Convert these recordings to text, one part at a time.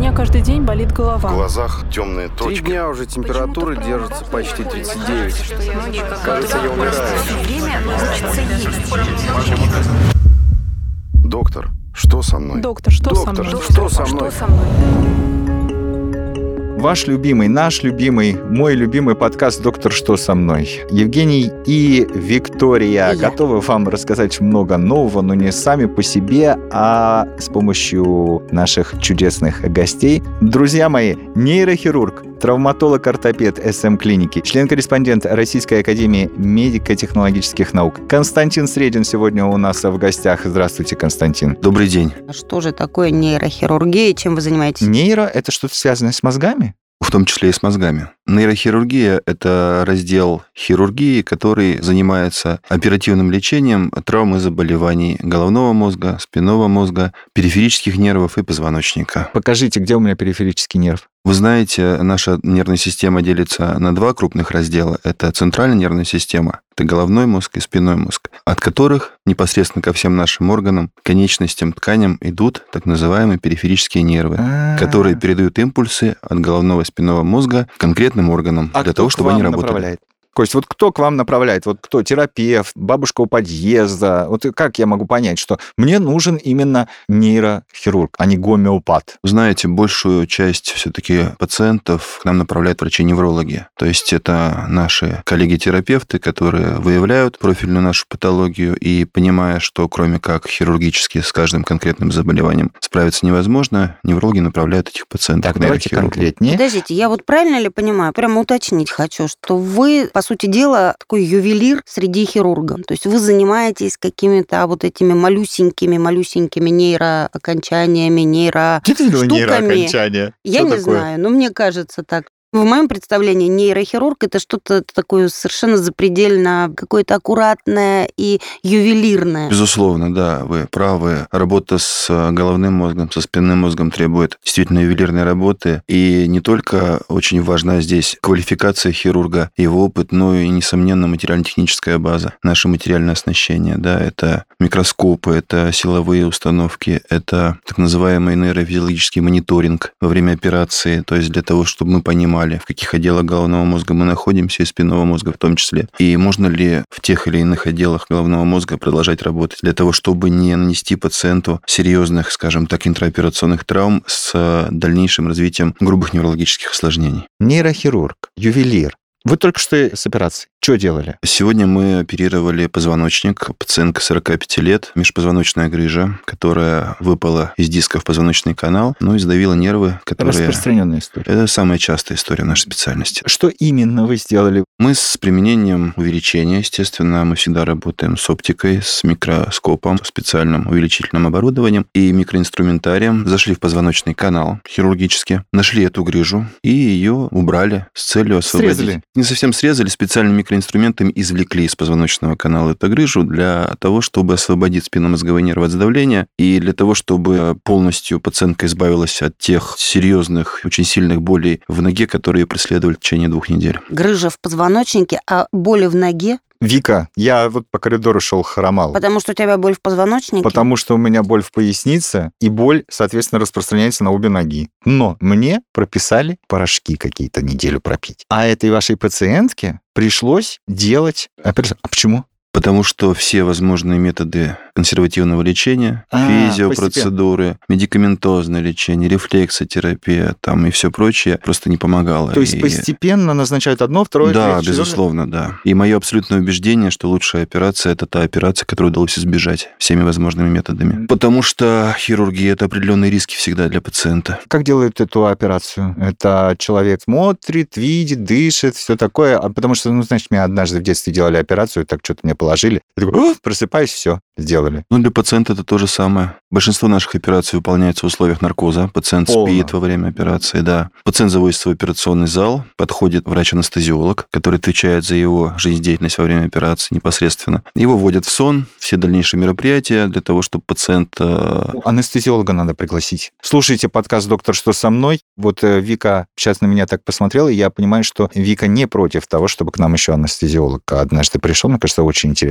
меня каждый день болит голова. В глазах темные 3 точки. дня уже температура держится почти 39. Кажется, я умираю. Доктор, что со мной? Доктор, что со мной? Что со мной? Ваш любимый, наш любимый, мой любимый подкаст «Доктор, что со мной?». Евгений и Виктория готовы вам рассказать много нового, но не сами по себе, а с помощью наших чудесных гостей. Друзья мои, нейрохирург, травматолог-ортопед СМ-клиники, член-корреспондент Российской академии медико-технологических наук Константин Средин сегодня у нас в гостях. Здравствуйте, Константин. Добрый день. Что же такое нейрохирургия? Чем вы занимаетесь? Нейро – это что-то связанное с мозгами? В том числе и с мозгами. Нейрохирургия – это раздел хирургии, который занимается оперативным лечением травм и заболеваний головного мозга, спинного мозга, периферических нервов и позвоночника. Покажите, где у меня периферический нерв. Вы знаете, наша нервная система делится на 2 крупных раздела. Это центральная нервная система, это головной мозг и спинной мозг, от которых непосредственно ко всем нашим органам, конечностям, тканям идут так называемые периферические нервы, которые передают импульсы от головного и спинного мозга конкретным органам для того, чтобы они работали. Направляет? То есть вот кто к вам направляет? Вот кто? Терапевт, бабушка у подъезда? Вот как я могу понять, что мне нужен именно нейрохирург, а не гомеопат? Вы знаете, большую часть все-таки пациентов к нам направляют врачи-неврологи. То есть это наши коллеги-терапевты, которые выявляют профильную нашу патологию и, понимая, что кроме как хирургически с каждым конкретным заболеванием справиться невозможно, неврологи направляют этих пациентов к давайте нейрохирургу. конкретнее. Подождите, я вот правильно ли понимаю, прямо уточнить хочу, что вы, по сути дела, такой ювелир среди хирургов. То есть вы занимаетесь какими-то вот этими малюсенькими нейроокончаниями, нейроштуками. Я не знаю, но мне кажется так. В моем представлении нейрохирург – это что-то такое совершенно запредельно какое-то аккуратное и ювелирное. Безусловно, да, вы правы. Работа с головным мозгом, со спинным мозгом требует действительно ювелирной работы. И не только очень важна здесь квалификация хирурга, его опыт, но и, несомненно, материально-техническая база, наше материальное оснащение. Да, это микроскопы, это силовые установки, это так называемый нейрофизиологический мониторинг во время операции, то есть для того, чтобы мы понимали, в каких отделах головного мозга мы находимся, и спинного мозга в том числе. И можно ли в тех или иных отделах головного мозга продолжать работать для того, чтобы не нанести пациенту серьезных, скажем так, интраоперационных травм с дальнейшим развитием грубых неврологических осложнений. Нейрохирург, ювелир. Вы только что с операцией. Что делали? Сегодня мы оперировали позвоночник. Пациентка 45 лет, межпозвоночная грыжа, которая выпала из диска в позвоночный канал, и сдавила нервы, которые... Распространенная история. Это самая частая история в нашей специальности. Что именно вы сделали? Мы с применением увеличения, естественно, мы всегда работаем с оптикой, с микроскопом, специальным увеличительным оборудованием и микроинструментарием. Зашли в позвоночный канал хирургически, нашли эту грыжу и ее убрали с целью освободить. Срезали? Не совсем срезали, специальными микроинструментами извлекли из позвоночного канала эту грыжу для того, чтобы освободить спинномозговой нерв от сдавления и для того, чтобы полностью пациентка избавилась от тех серьезных, очень сильных болей в ноге, которые ее преследовали в течение 2 недель. Грыжа в позвоночнике, а боли в ноге? Вика, я вот по коридору шел, хромал. Потому что у тебя боль в позвоночнике? Потому что у меня боль в пояснице, и боль, соответственно, распространяется на обе ноги. Но мне прописали порошки какие-то неделю пропить. А этой вашей пациентке пришлось делать операцию. А почему? Потому что все возможные методы консервативного лечения, физиопроцедуры, медикаментозное лечение, рефлексотерапия и все прочее просто не помогало. То есть постепенно назначают одно, второе, третье? Да, 4. безусловно, да. И мое абсолютное убеждение, что лучшая операция – это та операция, которую удалось избежать всеми возможными методами. Потому что хирургия – это определенные риски всегда для пациента. Как делают эту операцию? Это человек смотрит, видит, дышит, все такое. Потому что, значит, мне однажды в детстве делали операцию, так что-то мне положили. Я такой, просыпаюсь, все, сделали. Для пациента это то же самое. Большинство наших операций выполняется в условиях наркоза. Пациент спит во время операции, да. Пациент заводится в операционный зал, подходит врач-анестезиолог, который отвечает за его жизнедеятельность во время операции непосредственно. Его вводят в сон, все дальнейшие мероприятия для того, чтобы пациент... Анестезиолога надо пригласить. Слушайте подкаст «Доктор, что со мной?». Вот Вика сейчас на меня так посмотрела, и я понимаю, что Вика не против того, чтобы к нам еще анестезиолог однажды пришел. Мне кажется, очень интересно будет.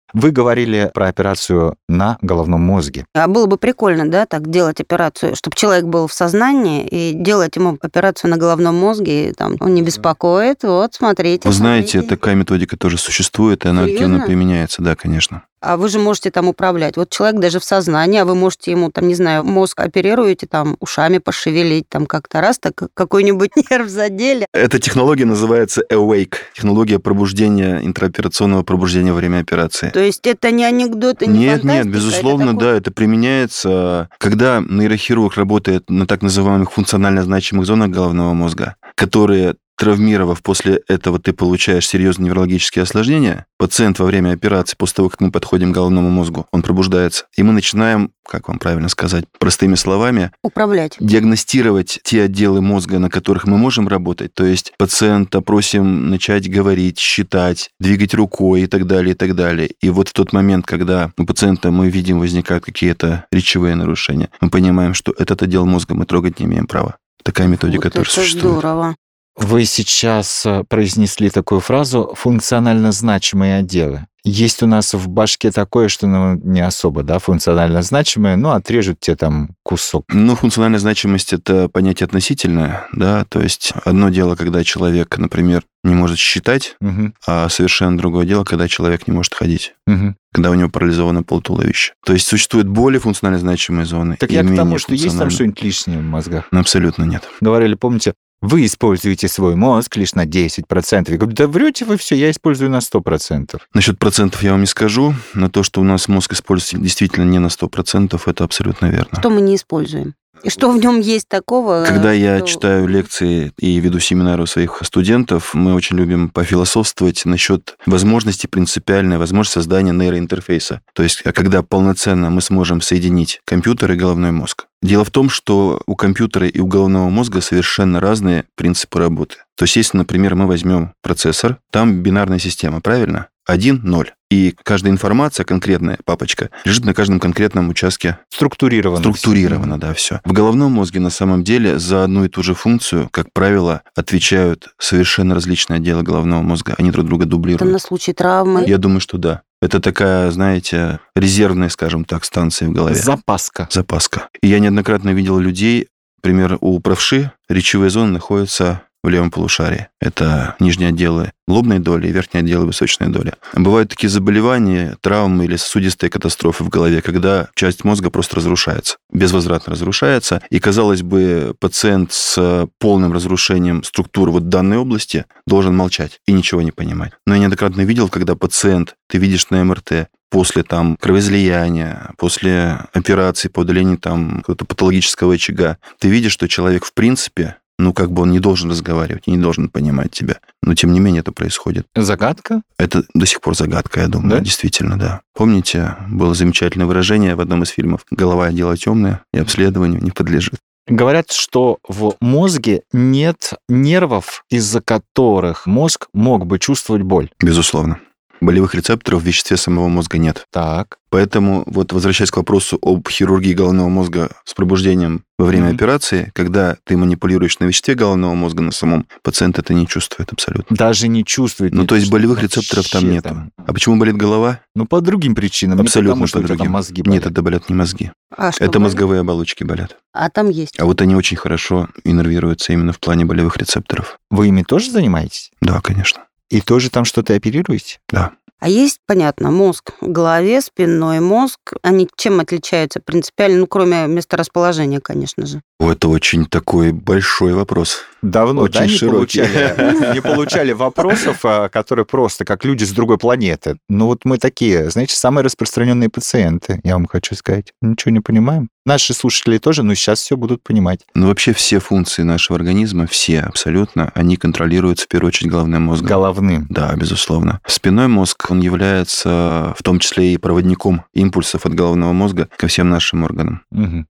Вы говорили про операцию на головном мозге. А было бы прикольно, да, так делать операцию, чтобы человек был в сознании и делать ему операцию на головном мозге, и там он не беспокоит. Вот, смотрите. Вы знаете, такая методика тоже существует, и она активно применяется, да, конечно. А вы же можете там управлять. Вот человек даже в сознании, а вы можете ему, там, не знаю, мозг оперируете, там, ушами пошевелить, там, как-то раз, так какой-нибудь нерв задели. Эта технология называется Awake, технология пробуждения, интраоперационного пробуждения во время операции. То есть это не анекдот и не фантастика? Нет, безусловно, да, это применяется, когда нейрохирург работает на так называемых функционально значимых зонах головного мозга, которые, травмировав, после этого ты получаешь серьезные неврологические осложнения, пациент во время операции, после того, как мы подходим к головному мозгу, он пробуждается, и мы начинаем, как вам правильно сказать, простыми словами, управлять, диагностировать те отделы мозга, на которых мы можем работать, то есть пациента просим начать говорить, считать, двигать рукой и так далее, и так далее. И вот в тот момент, когда у пациента мы видим, возникают какие-то речевые нарушения, мы понимаем, что этот отдел мозга мы трогать не имеем права. Такая методика вот тоже существует. Здорово. Вы сейчас произнесли такую фразу «функционально значимые отделы». Есть у нас в башке такое, что не особо, да, функционально значимое, отрежут тебе там кусок. Функциональная значимость – это понятие относительное, да, то есть одно дело, когда человек, например, не может считать, а совершенно другое дело, когда человек не может ходить, когда у него парализовано полтуловища. То есть существуют более функционально значимые зоны. Так я к тому, что есть там что-нибудь лишнее в мозгах? Абсолютно нет. Говорили, помните, вы используете свой мозг лишь на 10%. Я говорю, да врете вы все, я использую на 100%. Насчет процентов я вам не скажу, но то, что у нас мозг используется действительно не на 100%, это абсолютно верно. Что мы не используем? И что в нем есть такого? Когда я читаю лекции и веду семинары у своих студентов, мы очень любим пофилософствовать насчет возможности, принципиальной возможности создания нейроинтерфейса. То есть, когда полноценно мы сможем соединить компьютер и головной мозг. Дело в том, что у компьютера и у головного мозга совершенно разные принципы работы. То есть, если, например, мы возьмем процессор, там бинарная система, правильно? 1, 0. И каждая информация, конкретная папочка, лежит на каждом конкретном участке. Структурировано, да, все. В головном мозге, на самом деле, за одну и ту же функцию, как правило, отвечают совершенно различные отделы головного мозга. Они друг друга дублируют. Это на случай травмы? Я думаю, что да. Это такая, знаете, резервная, скажем так, станция в голове. Запаска. И я неоднократно видел людей, например, у правши речевые зоны находятся в левом полушарии. Это нижние отделы лобной доли и верхние отделы височной доли. Бывают такие заболевания, травмы или сосудистые катастрофы в голове, когда часть мозга просто разрушается, безвозвратно разрушается, и, казалось бы, пациент с полным разрушением структуры вот данной области должен молчать и ничего не понимать. Но я неоднократно видел, когда пациент, ты видишь на МРТ, после там кровоизлияния, после операции по удалению там какого-то патологического очага, ты видишь, что человек в принципе он не должен разговаривать, не должен понимать тебя. Но, тем не менее, это происходит. Загадка? Это до сих пор загадка, я думаю. Да? Действительно, да. Помните, было замечательное выражение в одном из фильмов: «Голова – дело темное, и обследованию не подлежит». Говорят, что в мозге нет нервов, из-за которых мозг мог бы чувствовать боль. Безусловно. Болевых рецепторов в веществе самого мозга нет. Так. Поэтому, возвращаясь к вопросу об хирургии головного мозга с пробуждением во время операции, когда ты манипулируешь на веществе головного мозга, на самом, пациент это не чувствует абсолютно. Даже не чувствует. То есть болевых рецепторов там нет. А почему болит голова? По другим причинам. Абсолютно не потому, по другим. Мозги болят. Нет, это болят не мозги. А что это болит? мозговые оболочки болят. А там есть. А вот они очень хорошо иннервируются именно в плане болевых рецепторов. Вы ими тоже занимаетесь? Да, конечно. И тоже там что-то оперируете? Да. А есть, понятно, мозг в голове, спинной мозг. Они чем отличаются принципиально, кроме месторасположения, конечно же? Это очень такой большой вопрос. Давно, очень широкий. Не получали вопросов, которые просто как люди с другой планеты. Мы такие, знаете, самые распространенные пациенты, я вам хочу сказать. Ничего не понимаем. Наши слушатели тоже, но сейчас все будут понимать. Вообще все функции нашего организма, все абсолютно, они контролируются в первую очередь головным мозгом. Головным. Да, безусловно. Спинной мозг, он является в том числе и проводником импульсов от головного мозга ко всем нашим органам.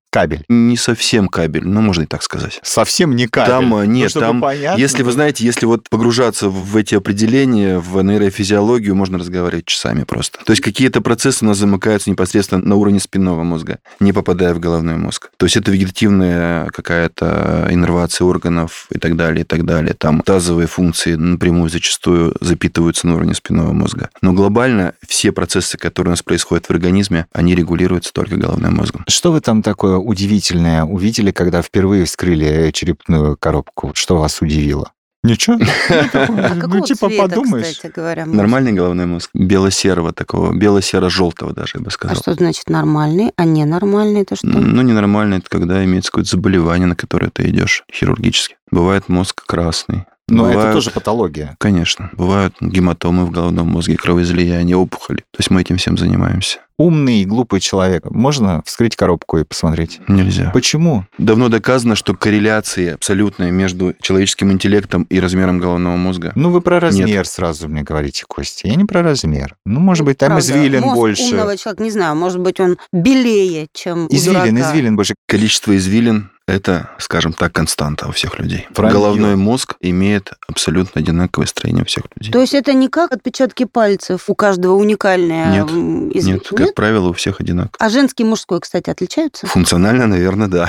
кабель. Не совсем кабель, но можно и так сказать. Совсем не кабель. Там нет, чтобы там, понятно если вы знаете, если вот погружаться в эти определения, в нейрофизиологию, можно разговаривать часами просто. То есть какие-то процессы у нас замыкаются непосредственно на уровне спинного мозга, не попадая в головной мозг. То есть это вегетативная какая-то иннервация органов и так далее, и так далее. Там тазовые функции напрямую зачастую запитываются на уровне спинного мозга. Но глобально все процессы, которые у нас происходят в организме, они регулируются только головным мозгом. Что вы там такое удивительное увидели, когда впервые вскрыли черепную коробку? Что вас удивило? Ничего? Какого цвета, подумаешь. кстати говоря, мозг? Нормальный головной мозг. Бело-серого такого, бело-серо-желтого даже, я бы сказал. А что значит нормальный, а ненормальный? Это что? Ну, ненормальный, это когда имеется какое-то заболевание, на которое ты идешь хирургически. Бывает мозг красный. Но Бывают, это тоже патология. Конечно. Бывают гематомы в головном мозге, кровоизлияния, опухоли. То есть мы этим всем занимаемся. Умный и глупый человек. Можно вскрыть коробку и посмотреть? Нельзя. Почему? Давно доказано, что корреляции абсолютная между человеческим интеллектом и размером головного мозга. Ну, вы про размер сразу мне говорите, Костя. Я не про размер. Ну, может быть, там Правда, извилин мозг больше. умного человека, не знаю, может быть, он белее, чем у Извилин дурака. больше. Количество извилин – это, скажем так, константа у всех людей. Вранье. Головной мозг имеет абсолютно одинаковое строение у всех людей. То есть это не как отпечатки пальцев, у каждого уникальное? Нет, Нет, как правило, у всех одинаково. А женский и мужской, кстати, отличаются? Функционально, наверное, да.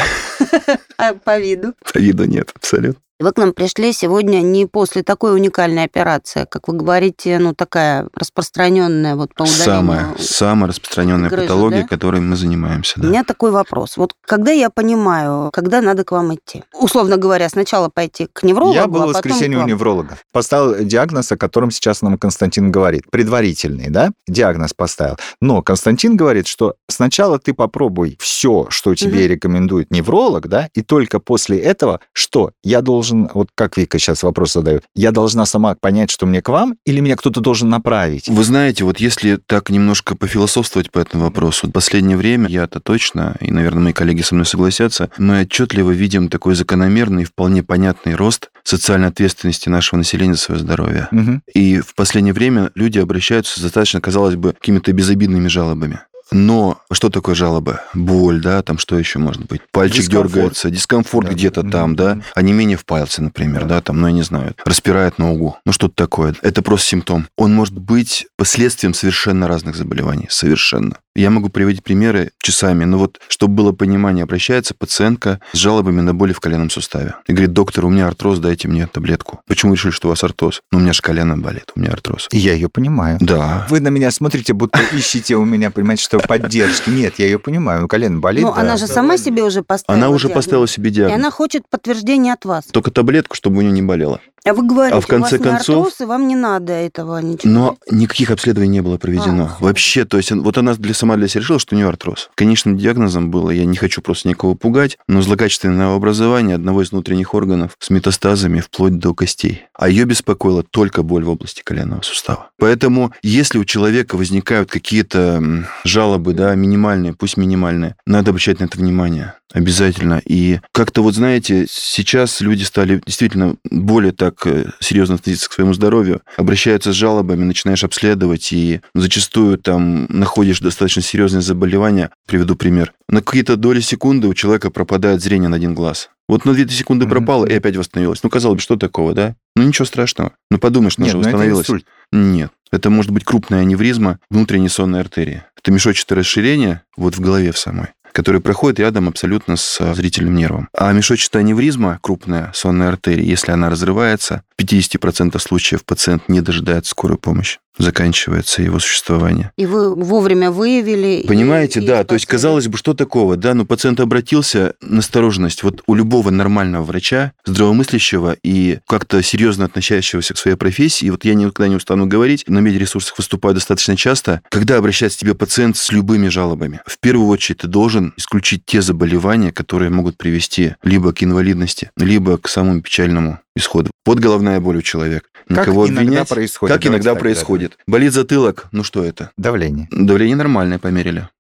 А по виду? По виду нет, абсолютно. Вы к нам пришли сегодня не после такой уникальной операции, как вы говорите, ну, такая распространенная вот по удалению. Самая распространенная грыжа, патология, да? которой мы занимаемся. У Да. меня такой вопрос. Вот когда я понимаю, когда надо к вам идти? Условно говоря, сначала пойти к неврологу, Я был а в потом воскресенье к у вам. невролога. Поставил диагноз, о котором сейчас нам Константин говорит. Предварительный, да? Диагноз поставил. Но Константин говорит, что сначала ты попробуй все, что тебе рекомендует невролог, да, и только после этого, что я должен, вот как Вика сейчас вопрос задает, я должна сама понять, что мне к вам, или меня кто-то должен направить? Вы знаете, вот если так немножко пофилософствовать по этому вопросу, в последнее время я-то точно, и, наверное, мои коллеги со мной согласятся, мы отчетливо видим такой закономерный и вполне понятный рост социальной ответственности нашего населения за свое здоровье. Мгм. И в последнее время люди обращаются с достаточно, казалось бы, какими-то безобидными жалобами. Но что такое жалоба? Боль, да, там что еще может быть? Пальчик Дискомфорт. дергается, дискомфорт Да. где-то там, да, онемение в пальце, например, да, там, ну, я не знаю, распирает ногу, ну, что-то такое. Это просто симптом. Он может быть последствием совершенно разных заболеваний, совершенно. Я могу приводить примеры часами, но вот, чтобы было понимание, обращается пациентка с жалобами на боли в коленном суставе. И говорит: доктор, у меня артроз, дайте мне таблетку. Почему вы решили, что у вас артроз? Ну, у меня же колено болит, у меня артроз. И я ее понимаю. Да. Вы на меня смотрите, будто ищете у меня, понимаете, что поддержки. Нет, я ее понимаю, колено болит. Ну, да. она же сама себе уже поставила Она уже диагноз. поставила себе И диагноз. она хочет подтверждения от вас. Только таблетку, чтобы у нее не болело. А вы говорите, А в конце у вас не концов- артроз, и вам не надо этого ничего. Но никаких обследований не было проведено. А. Вообще, то есть вот она сама для себя решила, что у нее артроз. Конечным диагнозом было, я не хочу просто никого пугать, но злокачественное новообразование одного из внутренних органов с метастазами вплоть до костей. А ее беспокоила только боль в области коленного сустава. Поэтому, если у человека возникают какие-то жалобы, да, минимальные, пусть минимальные, надо обращать на это внимание. Обязательно. И как-то вот, знаете, сейчас люди стали действительно более так серьезно относиться к своему здоровью, обращаются с жалобами, начинаешь обследовать, и зачастую там находишь достаточно серьезные заболевания. Приведу пример. На какие-то доли секунды у человека пропадает зрение на один глаз. Вот на 2 секунды пропало, и опять восстановилось. Ну, казалось бы, что такого, да? Ну, ничего страшного. Ну, подумаешь, что Нет, же ну это восстановилось. инсульт. Нет. Это может быть крупная аневризма внутренней сонной артерии. Это мешочатое расширение вот в голове в самой, который проходит рядом абсолютно с зрительным нервом. А мешочатая аневризма, крупная сонная артерия, если она разрывается, в 50% случаев пациент не дожидается скорую помощь. Заканчивается его существование. И вы вовремя выявили. Понимаете, и да. То есть, спасали. казалось бы, что такого, да? Но пациент обратился, настороженность. Вот у любого нормального врача, здравомыслящего и как-то серьезно относящегося к своей профессии, и вот я никогда не устану говорить, на медиаресурсах выступаю достаточно часто, когда обращается к тебе пациент с любыми жалобами, в первую очередь ты должен исключить те заболевания, которые могут привести либо к инвалидности, либо к самому печальному исходу. Вот головная боль у человека. Как Никого иногда обвинять. происходит? Как Давайте иногда так, происходит. Болит затылок, ну что это? Давление. Давление нормальное померили.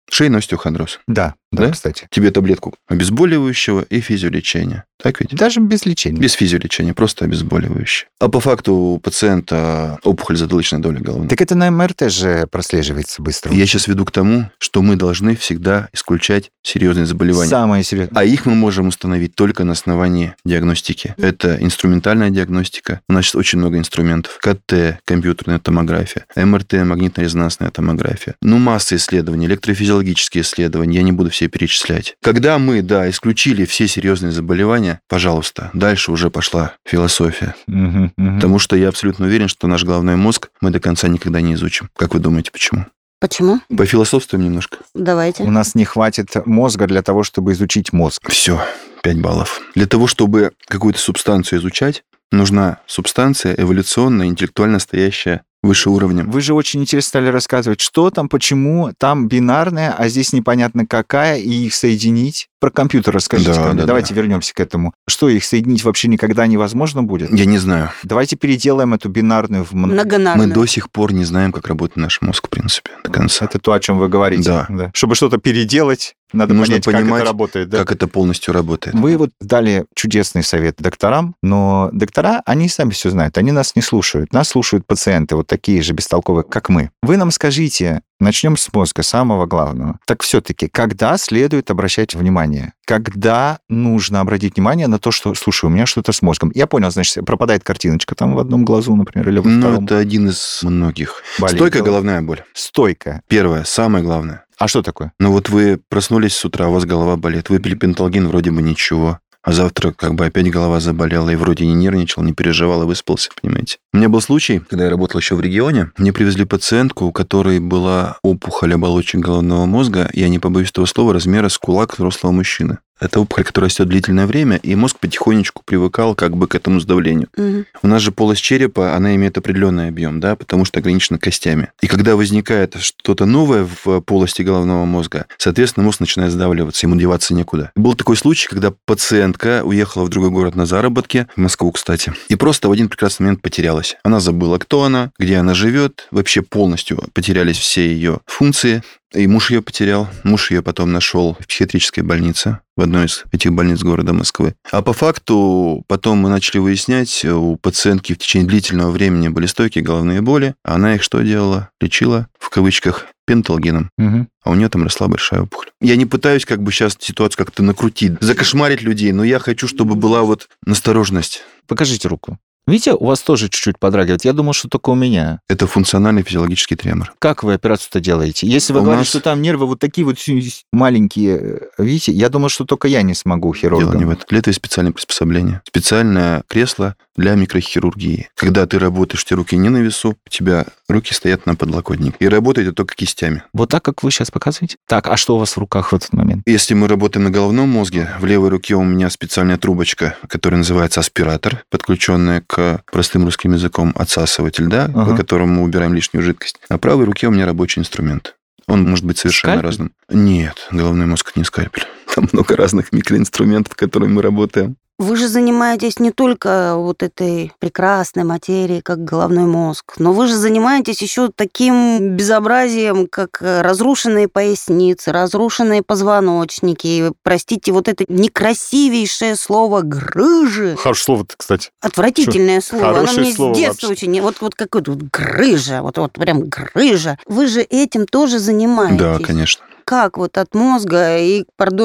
Шейный остеохондроз. Да, Да? кстати. Тебе таблетку обезболивающего и физиолечения. Так ведь? Даже без лечения. Без физиолечения, просто обезболивающее. А по факту у пациента опухоль затылочной доли головы. Так это на МРТ же прослеживается быстро. Я сейчас веду к тому, что мы должны всегда исключать серьезные заболевания. Самое серьезное. А их мы можем установить только на основании диагностики. Это инструментальная диагностика. У нас сейчас очень много инструментов. КТ, компьютерная томография, МРТ, магнитно-резонансная томография. Масса исследований, электрофизиологические исследования. Я не буду все перечислять. Когда мы, исключили все серьезные заболевания, пожалуйста, дальше уже пошла философия. Потому что я абсолютно уверен, что наш головной мозг мы до конца никогда не изучим. Как вы думаете, почему? Почему? Пофилософствуем немножко. Давайте. У нас не хватит мозга для того, чтобы изучить мозг. Все, 5 баллов. Для того, чтобы какую-то субстанцию изучать, нужна субстанция эволюционная, интеллектуально стоящая выше уровнем. Вы же очень интересно стали рассказывать, что там, почему, там бинарная, а здесь непонятно какая, и их соединить. Про компьютер расскажите. Давайте вернемся к этому. Что, их соединить вообще никогда невозможно будет? Я не знаю. Давайте переделаем эту бинарную в многонарную. Мы до сих пор не знаем, как работает наш мозг, в принципе, до конца. Это то, о чем вы говорите. Да. Чтобы что-то переделать, надо нужно понять, как это работает, да? Как это полностью работает. Вы дали чудесный совет докторам, но доктора, они сами все знают, они нас не слушают. Нас слушают пациенты, такие же бестолковые, как мы. Вы нам скажите, начнем с мозга, самого главного. Так все-таки, когда следует обращать внимание? Когда нужно обратить внимание на то, что, слушай, у меня что-то с мозгом. Я понял, значит, пропадает картиночка там в одном глазу, например, или во втором. Это один из многих. Болит Стойкая головная боль. Стойкая. Первое, самое главное. А что такое? Вы проснулись с утра, у вас голова болит, выпили пенталгин, вроде бы ничего. А завтра опять голова заболела, и вроде не нервничал, не переживал, и выспался, понимаете. У меня был случай, когда я работал еще в регионе, мне привезли пациентку, у которой была опухоль оболочек головного мозга, я не побоюсь этого слова, размера с кулак взрослого мужчины. Это опухоль, которая растет длительное время, и мозг потихонечку привыкал к этому сдавлению. У нас же полость черепа, она имеет определенный объем, потому что ограничена костями. И когда возникает что-то новое в полости головного мозга, соответственно, мозг начинает сдавливаться, ему деваться некуда. Был такой случай, когда пациентка уехала в другой город на заработки, в Москву, кстати, и просто в один прекрасный момент потерялась. Она забыла, кто она, где она живет, вообще полностью потерялись все ее функции. И муж ее потерял. Муж ее потом нашел в психиатрической больнице, в одной из этих больниц города Москвы. А по факту потом мы начали выяснять, у пациентки в течение длительного времени были стойкие головные боли. А она их что делала? Лечила, в кавычках, пенталгином. А у нее там росла большая опухоль. Я не пытаюсь сейчас ситуацию как-то накрутить, закошмарить людей, но я хочу, чтобы была настороженность. Покажите руку. Видите, у вас тоже чуть-чуть подрагивает. Я думал, что только у меня. Это функциональный физиологический тремор. Как вы операцию-то делаете? Если вы говорите, что там нервы такие маленькие, видите, я думал, что только я не смогу хирургом. Дело не в этом. Для этого есть специальное приспособление. Специальное кресло для микрохирургии. Когда ты работаешь, у тебя руки не на весу, у тебя руки стоят на подлокотнике. И работаете только кистями. Вот так, как вы сейчас показываете? Так, а что у вас в руках в этот момент? Если мы работаем на головном мозге, в левой руке у меня специальная трубочка, которая называется аспиратор, подключенная к простым русским языком отсасыватель, по которому мы убираем лишнюю жидкость. А в правой руке у меня рабочий инструмент. Он может быть совершенно разным. Нет, головной мозг – это не скальпель. Там много разных микроинструментов, которыми мы работаем. Вы же занимаетесь не только этой прекрасной материей, как головной мозг, но вы же занимаетесь еще таким безобразием, как разрушенные поясницы, разрушенные позвоночники. Простите, это некрасивейшее слово «грыжи». Хорошее слово-то, кстати. Отвратительное слово. Оно мне с детства вообще. очень... какое-то грыжа, прям грыжа. Вы же этим тоже занимаетесь. Да, конечно. Как от мозга и,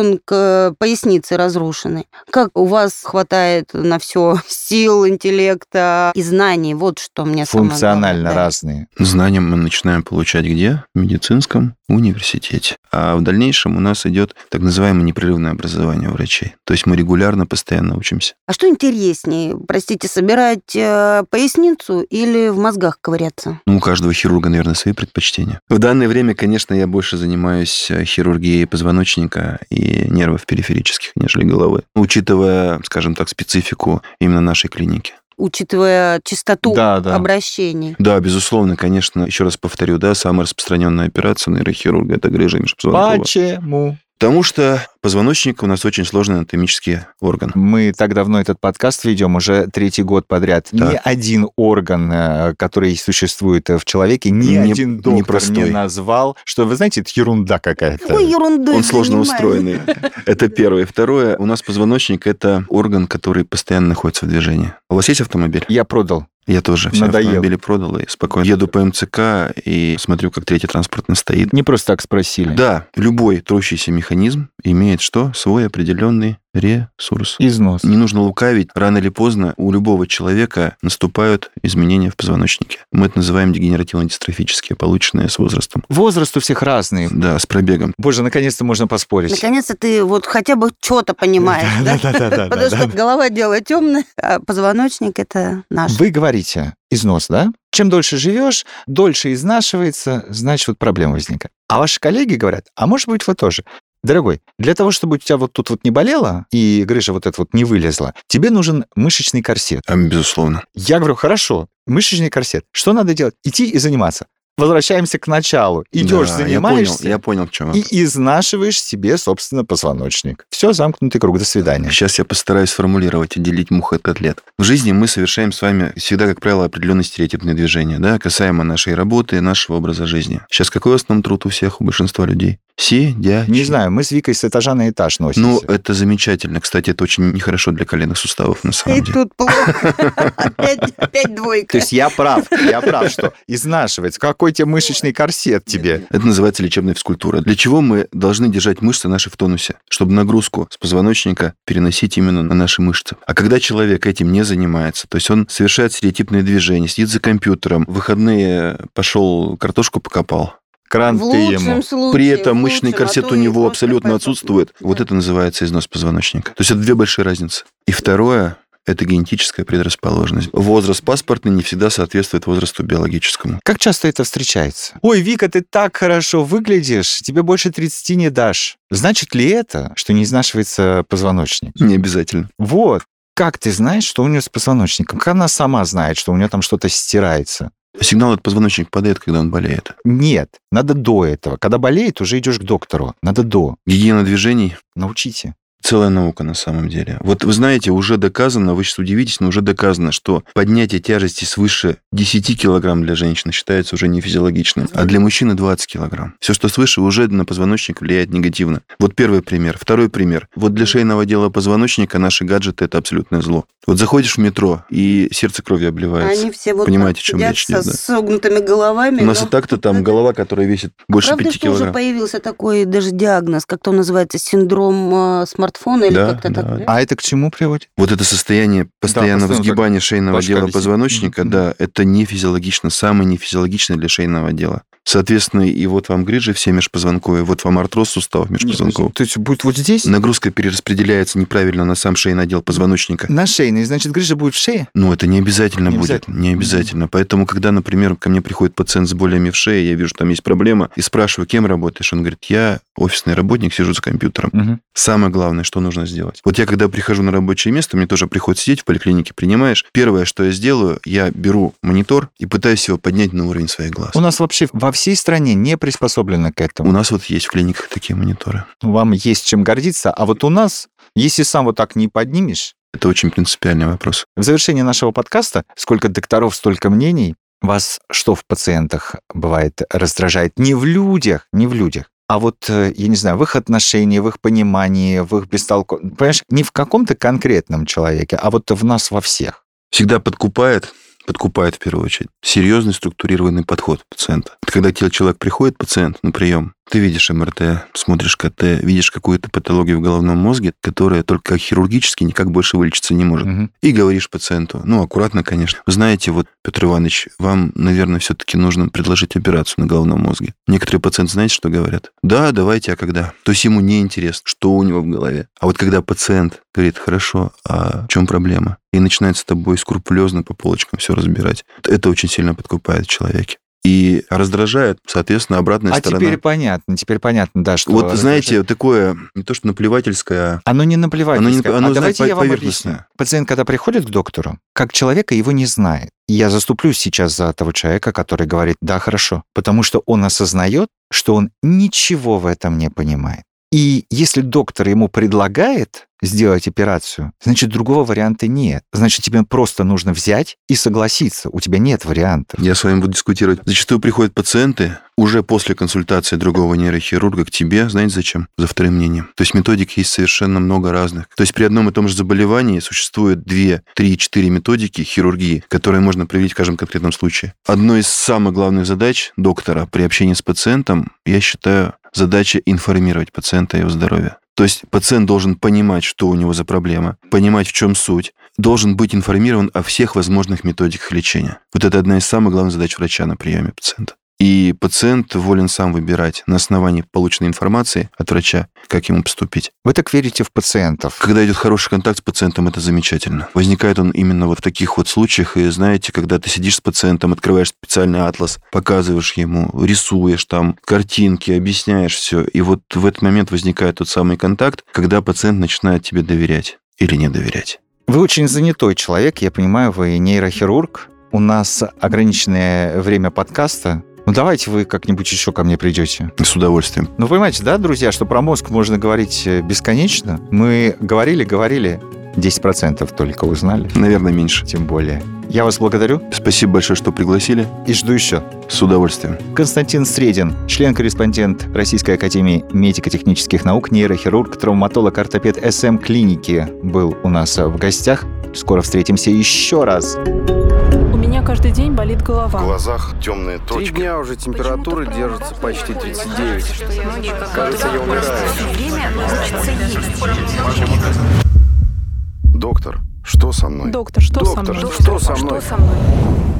к пояснице разрушенной? Как у вас хватает на все сил, интеллекта и знаний? Вот что мне самое главное. Функционально разные. Знания мы начинаем получать где? В медицинском университете. А в дальнейшем у нас идет так называемое непрерывное образование врачей. То есть мы регулярно, постоянно учимся. А что интереснее, простите, собирать поясницу или в мозгах ковыряться? У каждого хирурга, наверное, свои предпочтения. В данное время, конечно, я больше занимаюсь хирургией позвоночника и нервов периферических, нежели головы, учитывая, скажем так, специфику именно нашей клиники. Учитывая частоту обращений. Да, безусловно, конечно. Еще раз повторю, самая распространенная операция нейрохирурга – это грыжа межпозвонковая. Почему? Потому что позвоночник у нас очень сложный анатомический орган. Мы так давно этот подкаст ведем, уже 3-й год подряд. Да. Ни один орган, который существует в человеке, один доктор не назвал, что, вы знаете, это ерунда какая-то. Какой ерундой Он сложно занимаетесь? устроенный. Это первое. Второе, у нас позвоночник – это орган, который постоянно находится в движении. У вас есть автомобиль? Я продал. Я тоже все Надоел. автомобили продал и спокойно еду по МЦК и смотрю, как третий транспортный стоит. Не просто так спросили. Да, любой трущийся механизм имеет что? Свой определенный ресурс. Износ. Не нужно лукавить. Рано или поздно у любого человека наступают изменения в позвоночнике. Мы это называем дегенеративно-дистрофические, полученные с возрастом. Возраст у всех разный. Да, с пробегом. Боже, наконец-то можно поспорить. Наконец-то ты вот хотя бы что-то понимаешь, да? Да. Потому что голова дело темное, а позвоночник это наш. Вы говорите износ, да? Чем дольше живешь, дольше изнашивается, значит, вот проблема возникает. А ваши коллеги говорят, а может быть, вы тоже. Дорогой, для того, чтобы у тебя вот тут вот не болело и грыжа вот эта вот не вылезла, тебе нужен мышечный корсет. Безусловно. Я говорю, хорошо, мышечный корсет. Что надо делать? Идти и заниматься. Возвращаемся к началу. Идешь, Да, занимаешься. Я понял, в чем и изнашиваешь себе, собственно, позвоночник. Все, замкнутый круг. До свидания. Сейчас я постараюсь сформулировать, отделить мух от котлет. В жизни мы совершаем с вами всегда, как правило, определенные стереотипные движения, да, касаемо нашей работы и нашего образа жизни. Сейчас какой основной труд у всех, у большинства людей? Сидячий. Не знаю, мы с Викой с этажа на этаж носимся. Ну, это замечательно. Кстати, это очень нехорошо для коленных суставов, на самом И деле. тут плохо. Опять двойка. То есть я прав, что изнашивается. Какой тебе мышечный корсет тебе? Это называется лечебная физкультура. Для чего мы должны держать мышцы наши в тонусе? Чтобы нагрузку с позвоночника переносить именно на наши мышцы. А когда человек этим не занимается, то есть он совершает стереотипные движения, сидит за компьютером, в выходные пошел картошку покопал, Кранты ему. случае. при этом мышечный в лучшем, корсет а у то и него просто абсолютно пойдет. отсутствует. Вот это называется износ позвоночника. То есть это две большие разницы. И второе – это генетическая предрасположенность. Возраст паспортный не всегда соответствует возрасту биологическому. Как часто это встречается? Ой, Вика, ты так хорошо выглядишь, тебе больше 30 не дашь. Значит ли это, что не изнашивается позвоночник? Не обязательно. Вот. Как ты знаешь, что у нее с позвоночником? Как она сама знает, что у нее там что-то стирается? Сигнал от позвоночника падает, когда он болеет. Нет, надо до этого. Когда болеет, уже идешь к доктору. Надо до. Гигиена движений Научите. целая наука на самом деле. Вот вы знаете, уже доказано, вы сейчас удивитесь, но уже доказано, что поднятие тяжести свыше 10 килограмм для женщины считается уже не физиологичным, а для мужчины 20 килограмм. Все, что свыше, уже на позвоночник влияет негативно. Вот первый пример. Второй пример. Вот для шейного отдела позвоночника наши гаджеты – это абсолютное зло. Вот заходишь в метро, и сердце кровью обливается. Они все вот Понимаете, так о чем сидят речь идет, со да? согнутыми головами. У нас но- и так-то там голова, которая весит больше Правда, 5 что уже килограмм. появился такой даже диагноз, как-то он называется, синдром смартфона или Да, как-то да. так? А это к чему приводит? Вот это состояние постоянного постоянно сгибания шейного башка отдела висит. позвоночника, Мгм. да, это не физиологично, самое нефизиологичное для шейного отдела. Соответственно, и вот вам грыжи все межпозвонковые, вот вам артроз суставов межпозвонковых. То есть будет вот здесь? Нагрузка перераспределяется неправильно на сам шейный отдел позвоночника. На шейный, значит, грыжа будет в шее? Ну, это не обязательно Не будет. обязательно. Не обязательно. Поэтому, когда, например, ко мне приходит пациент с болями в шее, я вижу, там есть проблема, и спрашиваю, кем работаешь? Он говорит, я офисный работник, сижу за компьютером. Мгм. Самое главное, что нужно сделать. Вот я, когда прихожу на рабочее место, мне тоже приходится сидеть в поликлинике, принимаешь. Первое, что я сделаю, я беру монитор и пытаюсь его поднять на уровень своих глаз. У нас вообще во всей стране не приспособлено к У этому. нас вот есть в клиниках такие мониторы. Вам есть чем гордиться, а вот у нас, если сам вот так не поднимешь, Это очень принципиальный вопрос. в завершении нашего подкаста, сколько докторов, столько мнений, вас что в пациентах бывает раздражает? Не в людях, а вот, я не знаю, в их отношении, в их понимании, в их бестолковности. Понимаешь, не в каком-то конкретном человеке, а вот в нас во всех. Всегда подкупает в первую очередь серьезный структурированный подход пациента. Это когда к тебе человек приходит, пациент, на прием, ты видишь МРТ, смотришь КТ, видишь какую-то патологию в головном мозге, которая только хирургически никак больше вылечиться не может. Мгм. И говоришь пациенту, ну, аккуратно, конечно. Вы знаете, вот, Петр Иванович, вам, наверное, все-таки нужно предложить операцию на головном мозге. Некоторые пациенты, знаете, что говорят? Да, давайте, а когда? То есть ему не интересно, что у него в голове. А вот когда пациент говорит, хорошо, а в чем проблема? И начинает с тобой скрупулезно по полочкам все разбирать. Это очень сильно подкупает в человеке. И раздражает, соответственно, обратная А сторона. теперь понятно, да, что... Вот, знаете, такое, не то что наплевательское, Оно не наплевательское. Оно, А давайте знаете, я вам поверхностное. объясню. Пациент, когда приходит к доктору, как человека его не знает. И я заступлюсь сейчас за того человека, который говорит, да, хорошо, потому что он осознает, что он ничего в этом не понимает. И если доктор ему предлагает сделать операцию, значит, другого варианта нет. Значит, тебе просто нужно взять и согласиться. У тебя нет вариантов. Я с вами буду дискутировать. Зачастую приходят пациенты уже после консультации другого нейрохирурга к тебе, знаете зачем? За вторым мнением. То есть методик есть совершенно много разных. То есть при одном и том же заболевании существует 2, 3, 4 методики хирургии, которые можно проявить в каждом конкретном случае. Одной из самых главных задач доктора при общении с пациентом, я считаю, задача информировать пациента о его здоровье. То есть пациент должен понимать, что у него за проблема, понимать, в чем суть, должен быть информирован о всех возможных методиках лечения. Вот это одна из самых главных задач врача на приеме пациента. И пациент волен сам выбирать на основании полученной информации от врача, как ему поступить. Вы так верите в пациентов? Когда идет хороший контакт с пациентом, это замечательно. Возникает он именно вот в таких вот случаях. И знаете, когда ты сидишь с пациентом, открываешь специальный атлас, показываешь ему, рисуешь там картинки, объясняешь все. И вот в этот момент возникает тот самый контакт, когда пациент начинает тебе доверять или не доверять. Вы очень занятой человек, я понимаю, вы нейрохирург. У нас ограниченное время подкаста. Ну, давайте вы как-нибудь еще ко мне придете. С удовольствием. Ну, понимаете, да, друзья, что про мозг можно говорить бесконечно? Мы говорили, 10% только узнали. Наверное, меньше. Тем более. Я вас благодарю. Спасибо большое, что пригласили. И жду еще. С удовольствием. Константин Средин, член-корреспондент Российской академии медико-технических наук, нейрохирург, травматолог, ортопед СМ-клиники был у нас в гостях. Скоро встретимся еще раз. У меня каждый день болит В голова. глазах темные 3 точки. дня уже температура держится почти 39. Кажется, я умираю. Доктор, что со мной? Доктор, что со мной? Доктор, что со мной?